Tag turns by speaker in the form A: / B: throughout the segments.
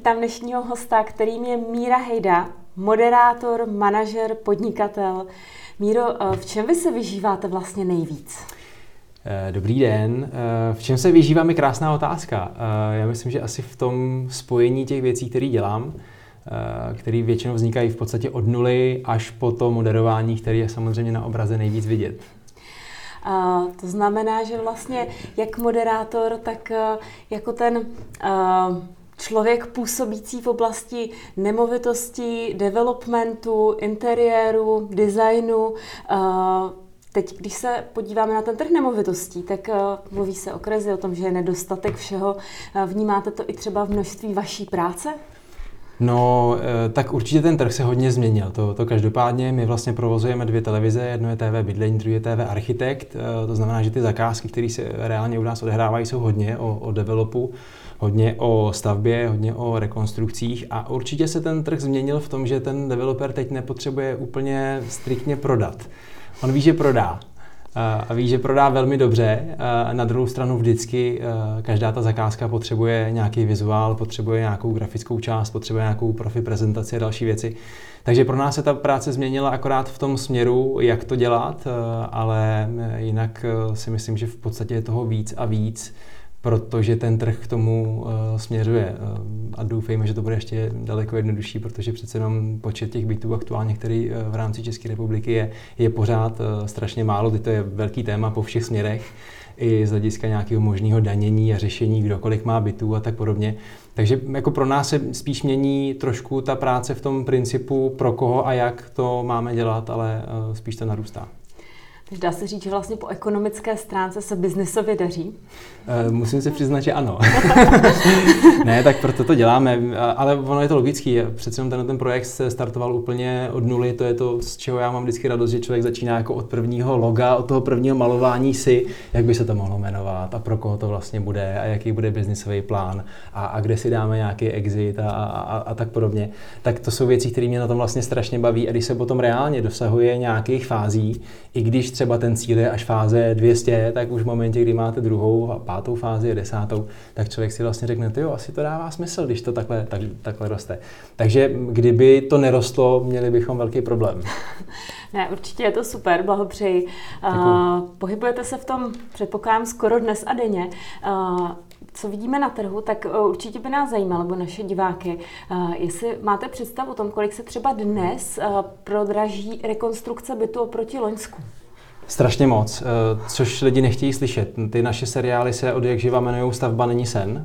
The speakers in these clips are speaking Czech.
A: vítám dnešního hosta, kterým je Míra Hejda, moderátor, manažer, podnikatel. Míro, v čem vy se vyžíváte vlastně nejvíc?
B: Dobrý den. V čem se vyžívám je krásná otázka. Já myslím, že asi v tom spojení těch věcí, které dělám, které většinou vznikají v podstatě od nuly až po to moderování, které je samozřejmě na obraze nejvíc vidět.
A: To znamená, že vlastně jak moderátor, tak jako ten člověk působící v oblasti nemovitostí, developmentu, interiéru, designu. Teď, když se podíváme na ten trh nemovitostí, tak mluví se o krizi, o tom, že je nedostatek všeho. Vnímáte to i třeba v množství vaší práce?
B: No, tak určitě ten trh se hodně změnil. To každopádně my vlastně provozujeme 2 televize, jedno je TV Bydlení, druhé je TV Architekt. To znamená, že ty zakázky, které se reálně u nás odehrávají, jsou hodně o developu, hodně o stavbě, hodně o rekonstrukcích a určitě se ten trh změnil v tom, že ten developer teď nepotřebuje úplně striktně prodat. On ví, že prodá. A ví, že prodá velmi dobře. Na druhou stranu vždycky každá ta zakázka potřebuje nějaký vizuál, potřebuje nějakou grafickou část, potřebuje nějakou profi prezentaci a další věci. Takže pro nás se ta práce změnila akorát v tom směru, jak to dělat, ale jinak si myslím, že v podstatě je toho víc a víc, protože ten trh k tomu směřuje. A doufejme, že to bude ještě daleko jednodušší, protože přece jenom počet těch bytů aktuálně, který v rámci České republiky je pořád strašně málo. To je velký téma po všech směrech, i z hlediska nějakého možného danění a řešení, kdo kolik má bytů a tak podobně. Takže jako pro nás se spíš mění trošku ta práce v tom principu, pro koho a jak to máme dělat, ale spíš to narůstá.
A: Takže dá se říct, že vlastně po ekonomické stránce se biznisově daří?
B: Musím se přiznat, že ano. Ne, tak proto to děláme, ale ono je to logický. Přece jenom ten projekt se startoval úplně od nuly, to je to, z čeho já mám vždycky radost, že člověk začíná jako od prvního loga, od toho prvního malování si, jak by se to mohlo jmenovat a pro koho to vlastně bude a jaký bude biznisový plán a kde si dáme nějaký exit a tak podobně. Tak to jsou věci, které mě na tom vlastně strašně baví a když se potom reálně dosahuje nějakých fází, i když třeba ten cíl je až fáze 200, tak už v momentě, kdy máte 2., 5. fázi a 10., tak člověk si vlastně řekne, jo, asi to dává smysl, když to takhle roste. Takže kdyby to nerostlo, měli bychom velký problém.
A: Ne, určitě je to super, blahopřeji. Pohybujete se v tom, předpokládám, skoro dnes a denně. Co vidíme na trhu, tak určitě by nás zajímalo, nebo naše diváky, jestli máte představu o tom, kolik se třeba dnes prodraží rekonstrukce bytu oproti loňsku.
B: Strašně moc, což lidi nechtějí slyšet. Ty naše seriály se od jak živa jmenujou Stavba není sen.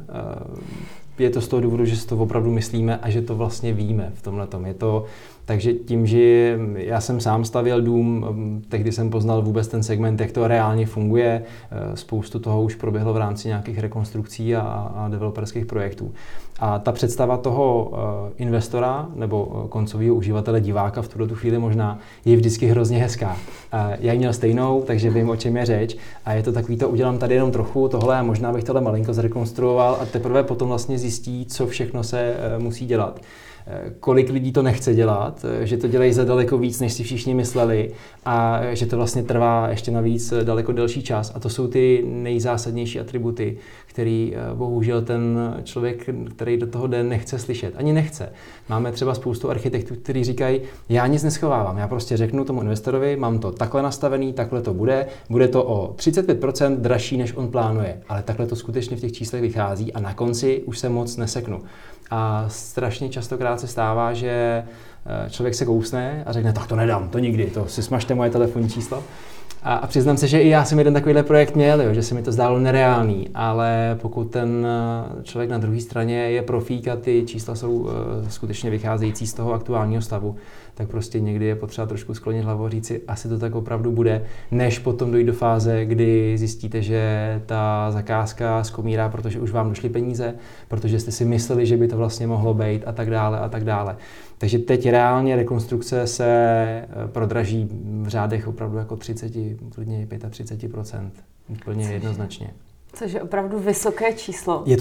B: Je to z toho důvodu, že si to opravdu myslíme a že to vlastně víme v tomhletom. Takže tím, že já jsem sám stavěl dům, tehdy jsem poznal vůbec ten segment, jak to reálně funguje. Spoustu toho už proběhlo v rámci nějakých rekonstrukcí a developerských projektů. A ta představa toho investora nebo koncového uživatele, diváka v tuto chvíli možná, je vždycky hrozně hezká. Já ji měl stejnou, takže vím, o čem je řeč. A je to takový, to udělám tady jenom trochu, tohle a možná bych tohle malinko zrekonstruoval a teprve potom vlastně zjistí, co všechno se musí dělat. Kolik lidí to nechce dělat, že to dělají za daleko víc, než si všichni mysleli a že to vlastně trvá ještě navíc daleko delší čas. A to jsou ty nejzásadnější atributy, který bohužel ten člověk, který do toho jde, nechce slyšet. Ani nechce. Máme třeba spoustu architektů, kteří říkají, já nic neschovávám, já prostě řeknu tomu investorovi, mám to takhle nastavený, takhle to bude to o 35% dražší, než on plánuje, ale takhle to skutečně v těch číslech vychází a na konci už se moc neseknu. A strašně častokrát se stává, že člověk se kousne a řekne, tak to nedám, to nikdy, to si smažte moje telefonní číslo. A přiznám se, že i já jsem jeden takovýhle projekt měl, jo, že se mi to zdálo nereálný, ale pokud ten člověk na druhé straně je profík a ty čísla jsou skutečně vycházející z toho aktuálního stavu, tak prostě někdy je potřeba trošku sklonit hlavu a říct si, asi to tak opravdu bude, než potom dojít do fáze, kdy zjistíte, že ta zakázka skomírá, protože už vám došly peníze, protože jste si mysleli, že by to vlastně mohlo být a tak dále a tak dále. Takže teď reálně rekonstrukce se prodraží v řádech opravdu jako 30, klidně 35%, úplně jednoznačně.
A: Což je opravdu vysoké číslo.
B: Je to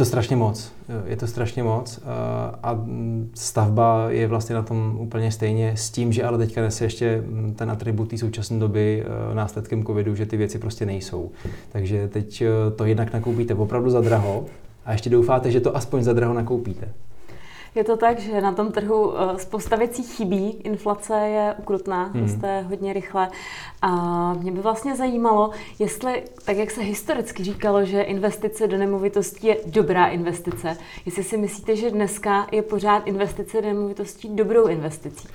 B: strašně moc a stavba je vlastně na tom úplně stejně s tím, že ale teďka nese ještě ten atribut té současné doby následkem covidu, že ty věci prostě nejsou. Takže teď to jednak nakoupíte opravdu za draho a ještě doufáte, že to aspoň za draho nakoupíte.
A: Je to tak, že na tom trhu spousta věcí chybí, inflace je ukrutná, roste hodně rychle a mě by vlastně zajímalo, jestli, tak jak se historicky říkalo, že investice do nemovitostí je dobrá investice, jestli si myslíte, že dneska je pořád investice do nemovitostí dobrou investicí?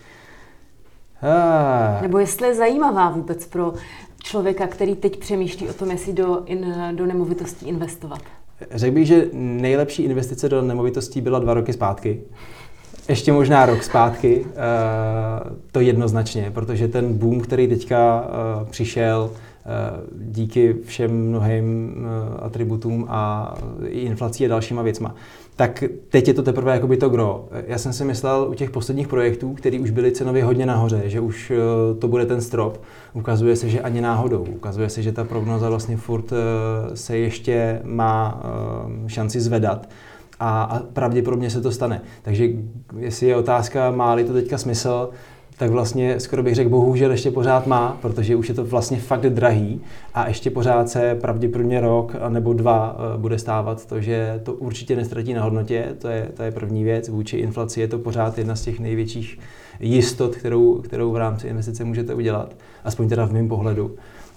A: Nebo jestli je zajímavá vůbec pro člověka, který teď přemýšlí o tom, jestli do nemovitostí investovat?
B: Řekl bych, že nejlepší investice do nemovitostí byla 2 roky zpátky. Ještě možná rok zpátky, to jednoznačně, protože ten boom, který teďka přišel díky všem mnohým atributům a inflací a dalšíma věcma, tak teď je to teprve jakoby to gro. Já jsem si myslel u těch posledních projektů, které už byly cenově hodně nahoře, že už to bude ten strop. Ukazuje se, že ani náhodou. Ukazuje se, že ta prognoza vlastně furt se ještě má šanci zvedat. A pravděpodobně se to stane. Takže jestli je otázka, má-li to teďka smysl, tak vlastně skoro bych řekl, bohužel ještě pořád má, protože už je to vlastně fakt drahý a ještě pořád se pravděpodobně rok nebo 2 bude stávat to, že to určitě nestratí na hodnotě, to je první věc. Vůči inflaci je to pořád jedna z těch největších jistot, kterou v rámci investice můžete udělat, aspoň teda v mém pohledu.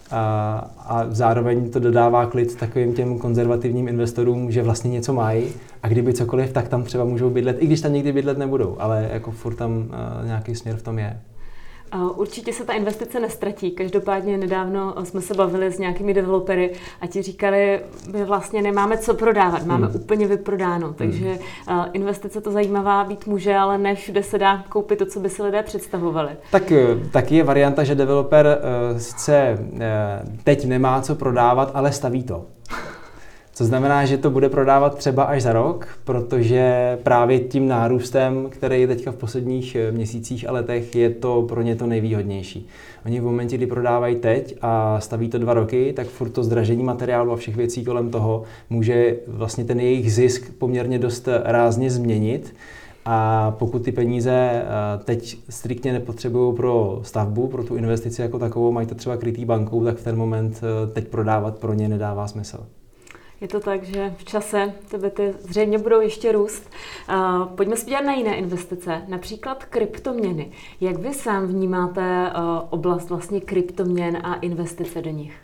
B: A zároveň to dodává klid takovým těm konzervativním investorům, že vlastně něco mají a kdyby cokoliv, tak tam třeba můžou bydlet, i když tam nikdy bydlet nebudou, ale jako furt tam nějaký směr v tom je.
A: Určitě se ta investice nestratí. Každopádně nedávno jsme se bavili s nějakými developery a ti říkali, my vlastně nemáme co prodávat, máme úplně vyprodáno. Takže investice to zajímavá být může, ale ne všude se dá koupit to, co by si lidé představovali.
B: Tak taky je varianta, že developer sice teď nemá co prodávat, ale staví to. Co znamená, že to bude prodávat třeba až za rok, protože právě tím nárůstem, který je teďka v posledních měsících a letech, je to pro ně to nejvýhodnější. Oni v momentě, kdy prodávají teď a staví to 2 roky, tak furt to zdražení materiálu a všech věcí kolem toho může vlastně ten jejich zisk poměrně dost rázně změnit. A pokud ty peníze teď striktně nepotřebují pro stavbu, pro tu investici jako takovou, mají to třeba krytý bankou, tak v ten moment teď prodávat pro ně nedává smysl.
A: Je to tak, že v čase ty byty zřejmě budou ještě růst. Pojďme se podívat na jiné investice, například kryptoměny. Jak vy sám vnímáte oblast vlastně kryptoměn a investice do nich?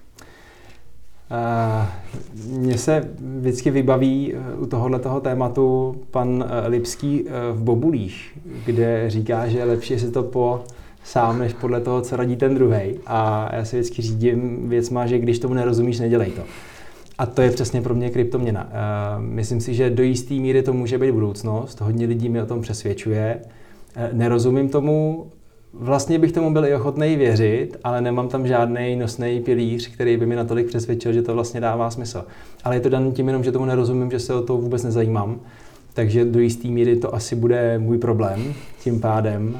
B: Mně se vždycky vybaví u tohoto tématu pan Lipský v Bobulích, kde říká, že je lepší si to sám, než podle toho, co radí ten druhej. A já si vždycky řídím věcma, že když tomu nerozumíš, nedělej to. A to je přesně pro mě kryptoměna. Myslím si, že do jisté míry to může být budoucnost. Hodně lidí mi o tom přesvědčuje. Nerozumím tomu. Vlastně bych tomu byl i ochotný věřit, ale nemám tam žádný nosný pilíř, který by mi natolik přesvědčil, že to vlastně dává smysl. Ale je to daný tím jenom, že tomu nerozumím, že se o to vůbec nezajímám. Takže do jisté míry to asi bude můj problém tím pádem.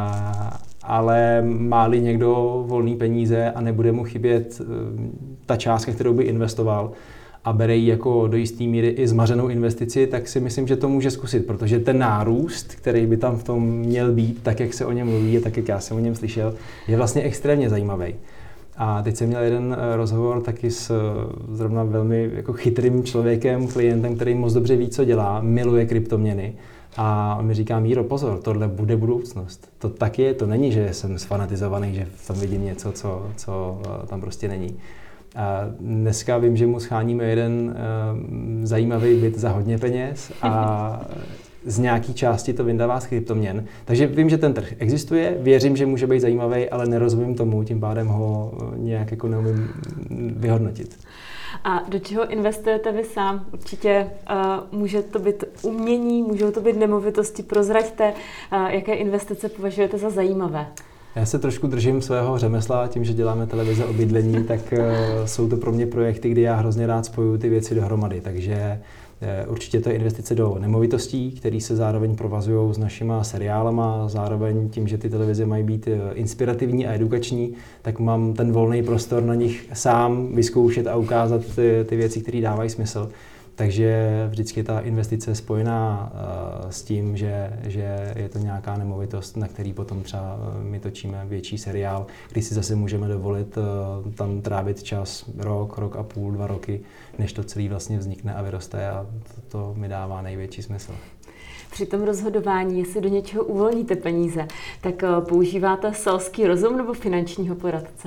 B: Ale má-li někdo volný peníze a nebude mu chybět ta částka, kterou by investoval a bere ji jako do jisté míry i zmařenou investici, tak si myslím, že to může zkusit, protože ten nárůst, který by tam v tom měl být, tak jak se o něm mluví a tak jak já jsem o něm slyšel, je vlastně extrémně zajímavý. A teď jsem měl jeden rozhovor taky s zrovna velmi jako chytrým člověkem, klientem, který moc dobře ví, co dělá, miluje kryptoměny. A on mi říká, Míro, pozor, tohle bude budoucnost. To tak je, to není, že jsem sfanatizovaný, že tam vidím něco, co tam prostě není. A dneska vím, že mu scháníme jeden zajímavý byt za hodně peněz a z nějaký části to vyndává z kryptoměn. Takže vím, že ten trh existuje, věřím, že může být zajímavý, ale nerozumím tomu, tím pádem ho nějak jako neumím vyhodnotit.
A: A do čeho investujete vy sám? Určitě může to být umění, můžou to být nemovitosti. Prozraďte, jaké investice považujete za zajímavé.
B: Já se trošku držím svého řemesla, tím, že děláme televize o bydlení, tak jsou to pro mě projekty, kdy já hrozně rád spojuju ty věci dohromady. Takže určitě to je investice do nemovitostí, které se zároveň provazují s našima seriálama, zároveň tím, že ty televize mají být inspirativní a edukační, tak mám ten volný prostor na nich sám vyzkoušet a ukázat ty věci, které dávají smysl. Takže vždycky ta investice je spojená s tím, že je to nějaká nemovitost, na který potom třeba my točíme větší seriál, kdy si zase můžeme dovolit tam trávit čas rok a půl, 2 roky, než to celé vlastně vznikne a vyroste a to mi dává největší smysl.
A: Při tom rozhodování, jestli do něčeho uvolníte peníze, tak používáte selský rozum nebo finančního poradce?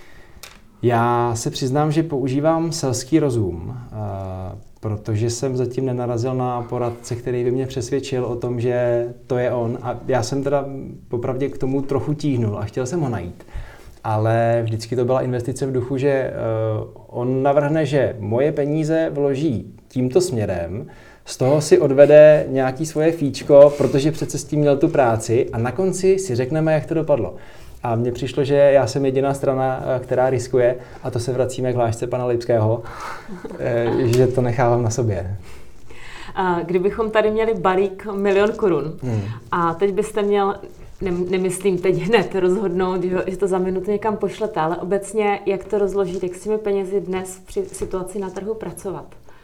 B: Já se přiznám, že používám selský rozum, protože jsem zatím nenarazil na poradce, který by mě přesvědčil o tom, že to je on. A já jsem teda popravdě k tomu trochu tíhnul a chtěl jsem ho najít. Ale vždycky to byla investice v duchu, že on navrhne, že moje peníze vloží tímto směrem, z toho si odvede nějaký svoje fíčko, protože přece s tím měl tu práci a na konci si řekneme, jak to dopadlo. A mně přišlo, že já jsem jediná strana, která riskuje, a to se vracíme k hlášce pana Lipského, že to nechávám na sobě.
A: Kdybychom tady měli balík 1 000 000 korun a teď byste měl, nemyslím teď hned rozhodnout, že to za minutu někam pošlete, ale obecně, jak to rozložit, jak s těmi penězi dnes při situaci na trhu pracovat?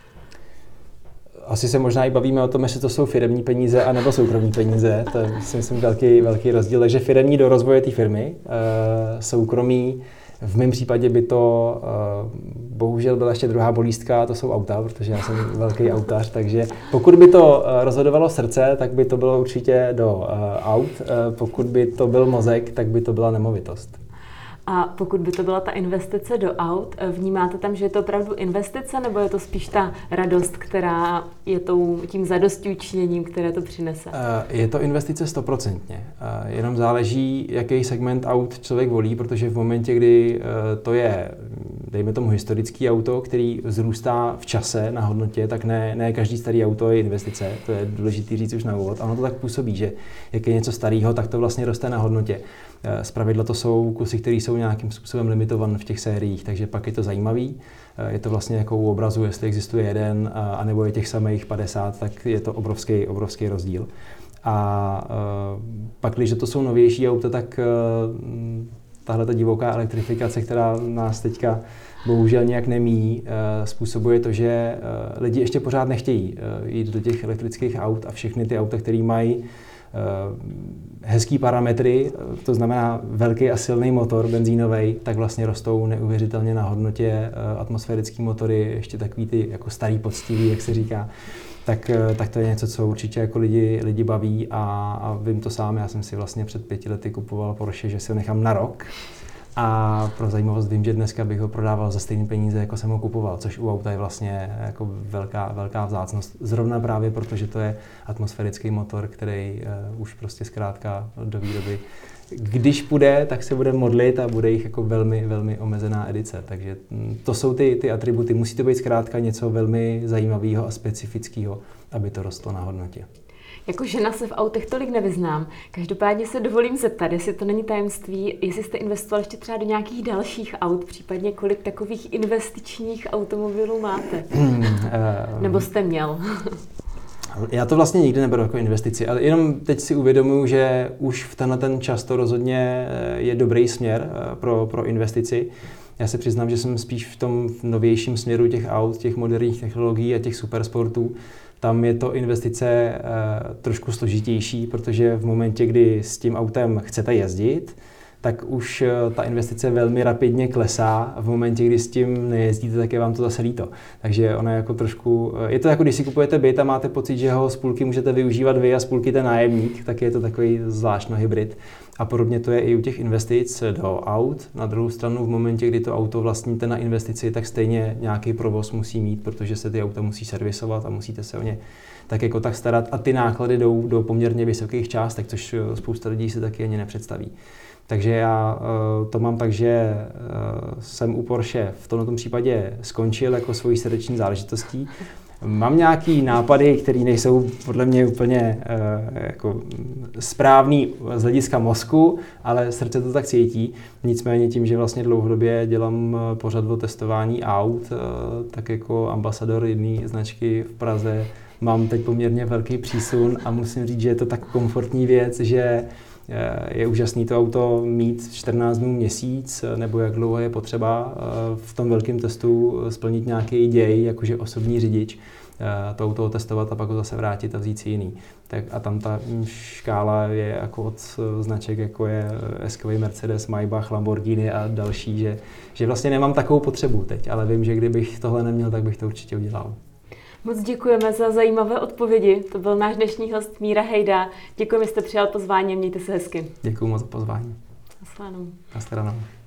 B: Asi se možná i bavíme o tom, jestli to jsou firemní peníze anebo soukromí peníze. To je, si myslím, velký rozdíl. Takže firemní do rozvoje té firmy, soukromí. V mém případě by to bohužel byla ještě druhá bolístka, to jsou auta, protože já jsem velký autář, takže pokud by to rozhodovalo srdce, tak by to bylo určitě do aut, pokud by to byl mozek, tak by to byla nemovitost.
A: A pokud by to byla ta investice do aut, vnímáte tam, že je to opravdu investice, nebo je to spíš ta radost, která je tím zadostiučiněním, které to přinese?
B: Je to investice 100%. Jenom záleží, jaký segment aut člověk volí, protože v momentě, kdy to je, dejme tomu, historický auto, který vzrůstá v čase na hodnotě, tak ne každý starý auto je investice. To je důležité říct už na úvod. A ono to tak působí, že jak je něco starého, tak to vlastně roste na hodnotě. Zpravidla to jsou kusy, které jsou nějakým způsobem limitované v těch sériích, takže pak je to zajímavý. Je to vlastně jako u obrazu, jestli existuje jeden, anebo je těch samých 50, tak je to obrovský rozdíl. A pak, když to jsou novější auta, tak tahle ta divoká elektrifikace, která nás teďka bohužel nějak nemíjí, způsobuje to, že lidi ještě pořád nechtějí jít do těch elektrických aut a všechny ty auta, které mají hezký parametry, to znamená velký a silný motor benzínový, tak vlastně rostou neuvěřitelně na hodnotě. Atmosférický motory, ještě takový ty jako starý poctivý, jak se říká, tak to je něco, co určitě jako lidi baví a vím to sám. Já jsem si vlastně před 5 lety kupoval Porsche, že si ho nechám na rok. A pro zajímavost vím, že dneska bych ho prodával za stejné peníze, jako jsem ho kupoval, což u auta je vlastně jako velká vzácnost. Zrovna právě protože to je atmosférický motor, který už prostě zkrátka do výroby, když půjde, tak se bude modlit a bude jich jako velmi omezená edice. Takže to jsou ty atributy. Musí to být zkrátka něco velmi zajímavého a specifického, aby to rostlo na hodnotě.
A: Jako žena se v autech tolik nevyznám. Každopádně se dovolím zeptat, jestli to není tajemství, jestli jste investoval ještě třeba do nějakých dalších aut, případně kolik takových investičních automobilů máte? Nebo jste měl?
B: Já to vlastně nikdy neberu jako investici, ale jenom teď si uvědomuji, že už v ten čas to rozhodně je dobrý směr pro investici. Já se přiznám, že jsem spíš v tom novějším směru těch aut, těch moderních technologií a těch supersportů. Tam je to investice trošku složitější, protože v momentě, kdy s tím autem chcete jezdit, tak už ta investice velmi rapidně klesá a v momentě, kdy s tím nejezdíte, tak je vám to zase líto. Takže ono je jako trošku, je to jako když si kupujete byt a máte pocit, že ho z půlky můžete využívat vy a z půlky ten nájemník, tak je to takový zvláštní hybrid. A podobně to je i u těch investic do aut. Na druhou stranu v momentě, kdy to auto vlastníte na investici, tak stejně nějaký provoz musí mít, protože se ty auta musí servisovat a musíte se o ně tak jako tak starat a ty náklady jdou do poměrně vysokých částek, což spousta lidí si taky ani nepředstaví. Takže já to mám tak, že jsem u Porsche v tomto případě skončil jako svojí srdeční záležitostí. Mám nějaký nápady, které nejsou podle mě úplně jako správný z hlediska mozku, ale srdce to tak cítí. Nicméně tím, že vlastně dlouhodobě dělám pořad o testování aut, tak jako ambasador jedné značky v Praze mám teď poměrně velký přísun a musím říct, že je to tak komfortní věc, že je úžasný to auto mít 14 dnů, měsíc, nebo jak dlouho je potřeba v tom velkém testu splnit nějaký děj, jakože osobní řidič, to auto testovat a pak ho zase vrátit a vzít si jiný. Tak a tam ta škála je jako od značek, jako je S-kový Mercedes, Maybach, Lamborghini a další, že vlastně nemám takovou potřebu teď, ale vím, že kdybych tohle neměl, tak bych to určitě udělal.
A: Moc děkujeme za zajímavé odpovědi. To byl náš dnešní host Míra Hejda. Děkujeme, že jste přijal pozvání a mějte se hezky.
B: Děkuji moc za pozvání.
A: Naschledanou.
B: Naschledanou.